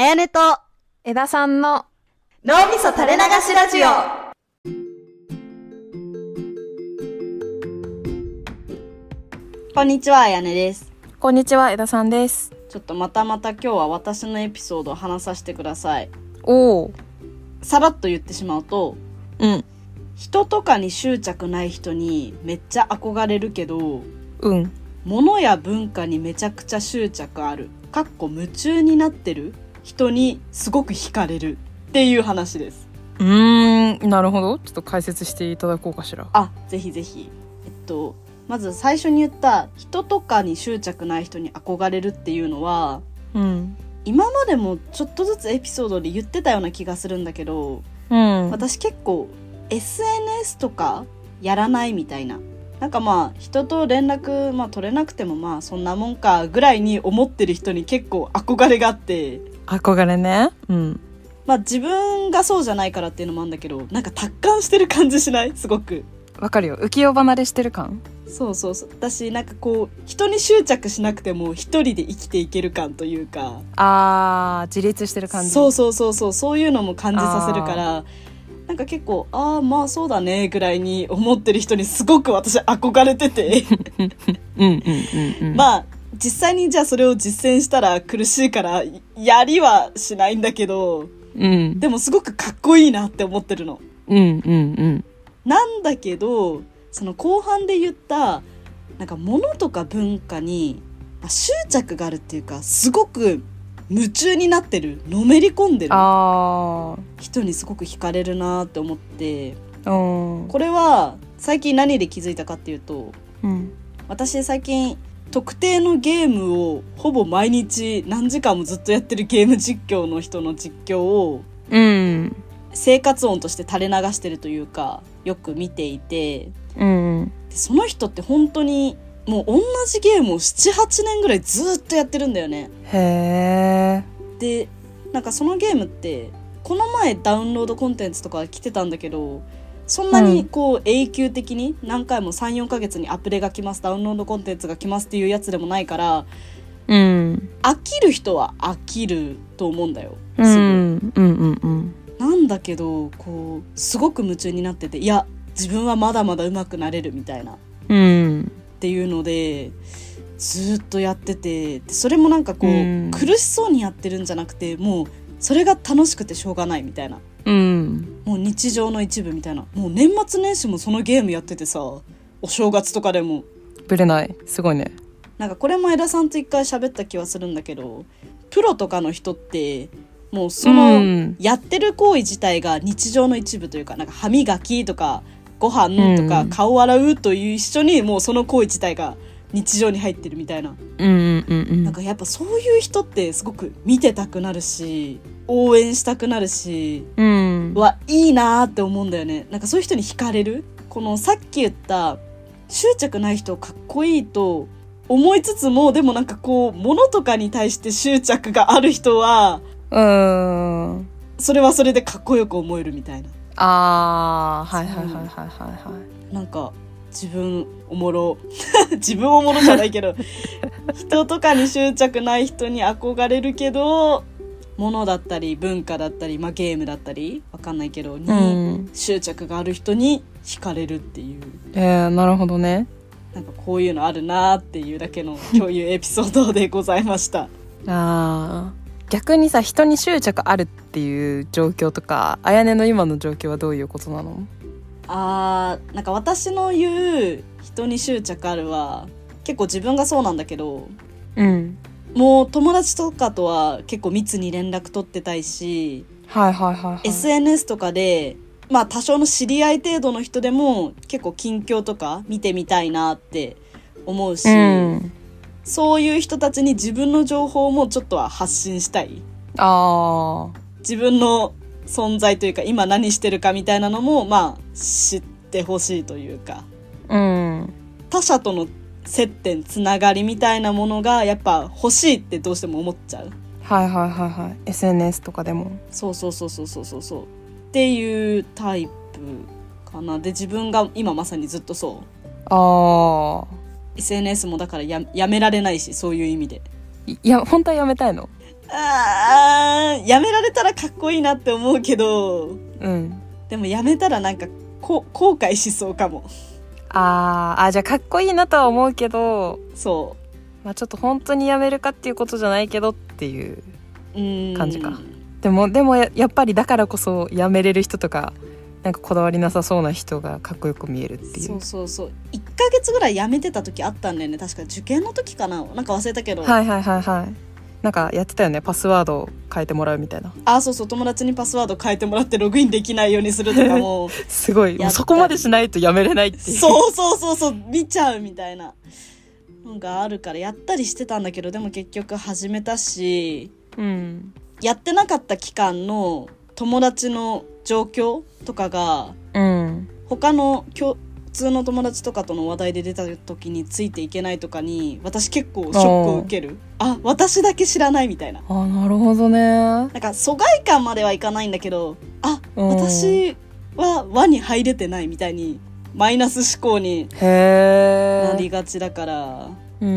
やねと枝さんの脳みそ垂れ流しラジオ。こんにちは、あやねです。 こんにちは、枝さんです。 ちょっとまた今日は私のエピソードを話させてください。 おー。 さらっと言ってしまうと、人とかに執着ない人にめっちゃ憧れるけど、物や文化にめちゃくちゃ執着ある夢中になってる人にすごく惹かれるっていう話です。 なるほど。ちょっと解説していただこうかしら。 ぜひぜひ。まず最初に言った人とかに執着ない人に憧れるっていうのは、今までもちょっとずつエピソードで言ってたような気がするんだけど、私結構 SNS とかやらないみたいな、人と連絡、取れなくてもそんなもんかぐらいに思ってる人に結構憧れがあって。 憧れね。 自分がそうじゃないからっていうのもあるんだけど、達観してる感じしない？すごくわかるよ。浮世離れしてる感。 そう私人に執着しなくても一人で生きていける感というか、 自立してる感じ。 そういうのも感じさせるから、結構そうだねぐらいに思ってる人にすごく私憧れてて実際にじゃあそれを実践したら苦しいからやりはしないんだけど、でもすごくかっこいいなって思ってるの。なんだけど、その後半で言った物とか文化に執着があるっていうか、すごく夢中になってる、のめり込んでる人にすごく惹かれるなって思って、これは最近何で気づいたかっていうと、私最近特定のゲームをほぼ毎日何時間もずっとやってるゲーム実況の人の実況を、生活音として垂れ流してるというか、よく見ていて、その人って本当にもう同じゲームを 7,8 年ぐらいずっとやってるんだよね。 へー。 でそのゲームってこの前ダウンロードコンテンツとか来てたんだけど、そんなに永久的に何回も 3,4 ヶ月にアップデが来ます、ダウンロードコンテンツが来ますっていうやつでもないから、飽きる人は飽きると思うんだよ。なんだけどすごく夢中になってて、いや自分はまだまだ上手くなれるみたいな、っていうのでずっとやってて、それも苦しそうにやってるんじゃなくて、もうそれが楽しくてしょうがないみたいな、もう日常の一部みたいな。もう年末年始もそのゲームやっててさ、お正月とかでもぶれない。すごいね。 これも枝さんと一回喋った気はするんだけど、プロとかの人ってもうそのやってる行為自体が日常の一部というか、歯磨きとかご飯とか顔洗うという一緒にもうその行為自体が日常に入ってるみたいな、やっぱそういう人ってすごく見てたくなるし、応援したくなるし、いいなって思うんだよね。そういう人に惹かれる。このさっき言った執着ない人かっこいいと思いつつも、でも物とかに対して執着がある人はそれはそれでかっこよく思えるみたいな。自分おもろ自分おもろじゃないけど人とかに執着ない人に憧れるけど、物だったり文化だったり、ゲームだったりわかんないけどに執着がある人に惹かれるっていう。 なるほどね。 こういうのあるなっていうだけの共有エピソードでございました逆にさ、人に執着あるっていう状況とか、あやねの今の状況はどういうことなの？ 私の言う人に執着あるは結構自分がそうなんだけど、もう友達とかとは結構密に連絡取ってたいし、SNS とかで多少の知り合い程度の人でも結構近況とか見てみたいなって思うし、そういう人たちに自分の情報もちょっとは発信したい。自分の存在というか今何してるかみたいなのも知ってほしいというか、他者との接点つながりみたいなものがやっぱ欲しいってどうしても思っちゃう。 SNS とかでもそうっていうタイプかな。で自分が今まさにずっとそう。SNS もだからやめられないし、そういう意味で。 いや本当はやめたいの？ ややめられたらかっこいいなって思うけど、 うん、 でもやめたらなんか後悔しそうかも。 じゃあかっこいいなとは思うけど、 そう、 まあ、ちょっと本当にやめるかっていうことじゃないけどっていう感じか。でもやっぱりだからこそやめれる人とかなんかこだわりなさそうな人がかっこよく見えるっていう。 そう1ヶ月ぐらいやめてた時あったんだよね。確か受験の時かな、なんか忘れたけど。 はいなんかやってたよね、パスワードを変えてもらうみたいな。 そう友達にパスワード変えてもらってログインできないようにするとかもすごい、もうそこまでしないとやめれないっていう。 そう見ちゃうみたいなのがあるからやったりしてたんだけど、でも結局始めたし、やってなかった期間の友達の状況とかが、他の普通の友達とかとの話題で出た時についていけないとかに私結構ショックを受ける。私だけ知らないみたいな。 なるほどね。 なんか疎外感まではいかないんだけど、私は輪に入れてないみたいにマイナス思考になりがちだから、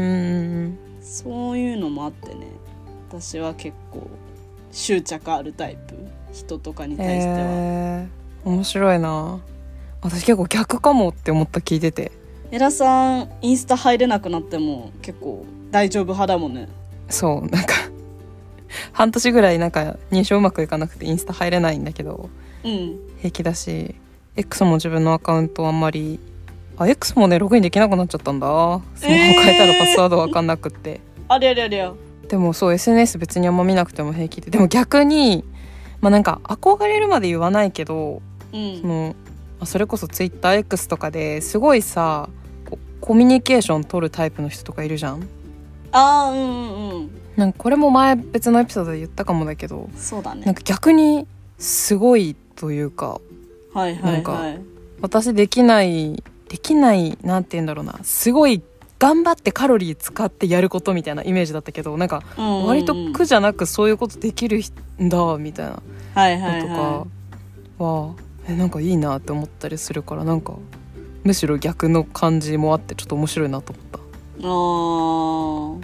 そういうのもあってね、私は結構執着あるタイプ、人とかに対しては。 面白いな。私結構逆かもって思った、聞いてて。 エラさんインスタ入れなくなっても結構大丈夫派だもんね。 そう、なんか半年ぐらいなんか認証うまくいかなくてインスタ入れないんだけど、平気だし、 X も自分のアカウントあんまりX もねログインできなくなっちゃったんだ。スマホ変えたらパスワード分かんなくって、 ありゃりゃりゃ。 でもそう SNS 別にあんま見なくても平気で。でも逆になんか憧れるまで言わないけど、それこそ TwitterX とかですごいさコミュニケーション取るタイプの人とかいるじゃん。なんかこれも前別のエピソードで言ったかもだけど、 そうだね、 なんか逆にすごいというか、なんか私できないなんて言うんだろうな、すごい頑張ってカロリー使ってやることみたいなイメージだったけど、なんか割と苦じゃなくそういうことできるんだみたいなのとかはなんかいいなって思ったりするから、なんかむしろ逆の感じもあってちょっと面白いなと思った。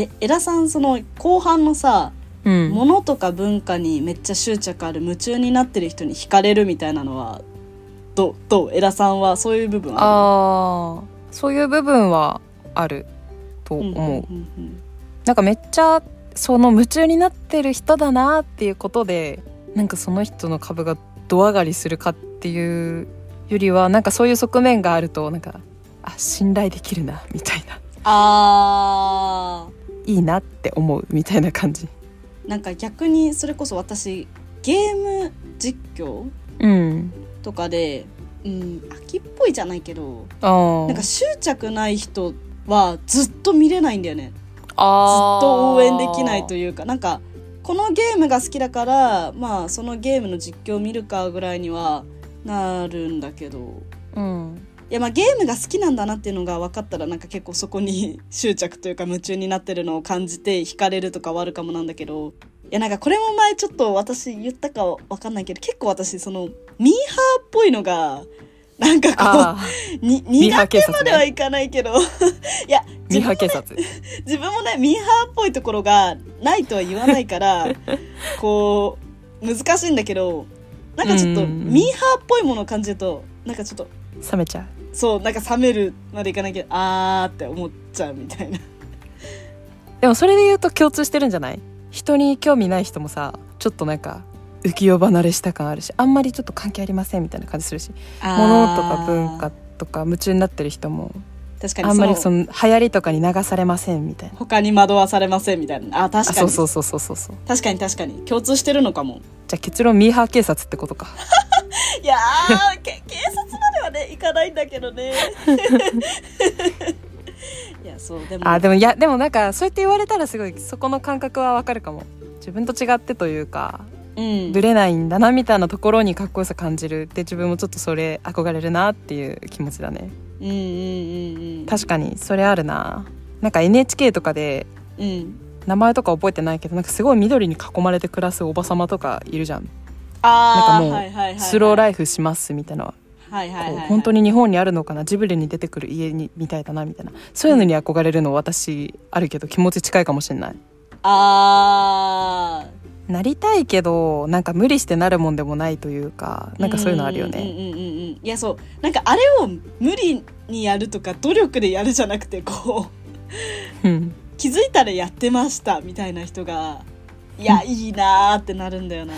エラさんその後半のさ、物とか文化にめっちゃ執着ある、夢中になってる人に惹かれるみたいなのはどうエラさんはそういう部分ある？ そういう部分はあると思う。なんかめっちゃその夢中になってる人だなっていうことで、なんかその人の株が度上がりするかっていうよりは、なんかそういう側面があると、なんか信頼できるなみたいな、いいなって思うみたいな感じ。 なんか逆にそれこそ私ゲーム実況、とかで、秋っぽいじゃないけど、なんか執着ない人はずっと見れないんだよね。ずっと応援できないというか、なんかこのゲームが好きだからそのゲームの実況を見るかぐらいにはなるんだけど、いやゲームが好きなんだなっていうのが分かったら、なんか結構そこに執着というか夢中になってるのを感じて惹かれるとかはあるかもなんだけど、いやなんかこれも前ちょっと私言ったか分かんないけど、結構私そのミーハーっぽいのがなんかこう苦手まではいかないけどいやミーハー警察自分もねミーハーっぽいところがないとは言わないからこう難しいんだけど、なんかちょっとミーハーっぽいものを感じるとなんかちょっと冷めちゃう。 そうなんか冷めるまでいかないけどって思っちゃうみたいな。 でもそれで言うと共通してるんじゃない？人に興味ない人もさ、ちょっとなんか浮世離れした感あるし、あんまりちょっと関係ありませんみたいな感じするし、物とか文化とか夢中になってる人も確かにあんまりその流行りとかに流されませんみたいな、 他に惑わされませんみたいな。確かにそう確かに共通してるのかも。 じゃあ結論ミーハー警察ってことかいや警察まではねいかないんだけどねいやそうでもなんかそうやって言われたらすごいそこの感覚はわかるかも。自分と違ってというか、ブレないんだなみたいなところにかっこよさ感じるって、自分もちょっとそれ憧れるなっていう気持ちだね。確かにそれあるな。なんか NHK とかで、名前とか覚えてないけど、なんかすごい緑に囲まれて暮らすおばさまとかいるじゃん。なんかもうスローライフしますみたいな、本当に日本にあるのかな、ジブリに出てくる家にみたいだなみたいな、そういうのに憧れるの私あるけど、気持ち近いかもしれない。 なりたいけどなんか無理してなるもんでもないというか、なんかそういうのあるよね。 いやそうなんかあれを無理にやるとか努力でやるじゃなくてこう、気づいたらやってましたみたいな人がいやいいなーってなるんだよな。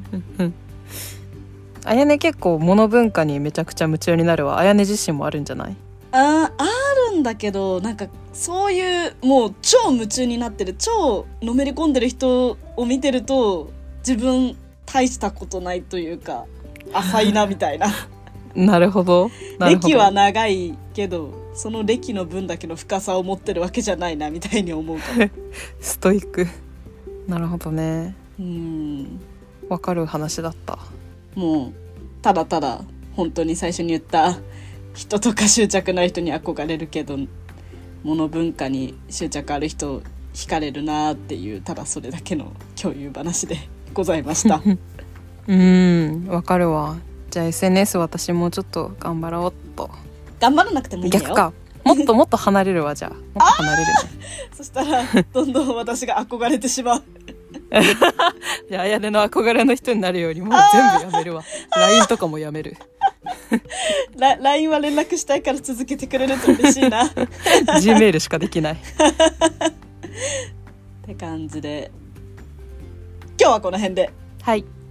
あやね結構物文化にめちゃくちゃ夢中になるわ。あやね自身もあるんじゃない？ あるんだけどなんかそういうもう超夢中になってる超のめり込んでる人を見てると自分大したことないというか浅いなみたいな。 なるほど。 歴は長いけどその歴の分だけの深さを持ってるわけじゃないなみたいに思うかも。 ストイック。なるほどね。わかる話だった。 もうただただ本当に最初に言った人とか執着ない人に憧れるけど物文化に執着ある人惹かれるなっていうただそれだけの共有話でございました。 わかるわ。じゃあ SNS 私もちょっと頑張ろうっと。 頑張らなくてもいいんだよ。 逆か。もっともっと離れるわ。じゃあもっと離れるね。 そしたらどんどん私が憧れてしまう。 いやあやねの憧れの人になるよりもう全部やめるわ。LINE とかもやめる。 LINE は連絡したいから続けてくれると嬉しいな。 Gmail しかできない。 って感じで今日はこの辺で。 はい。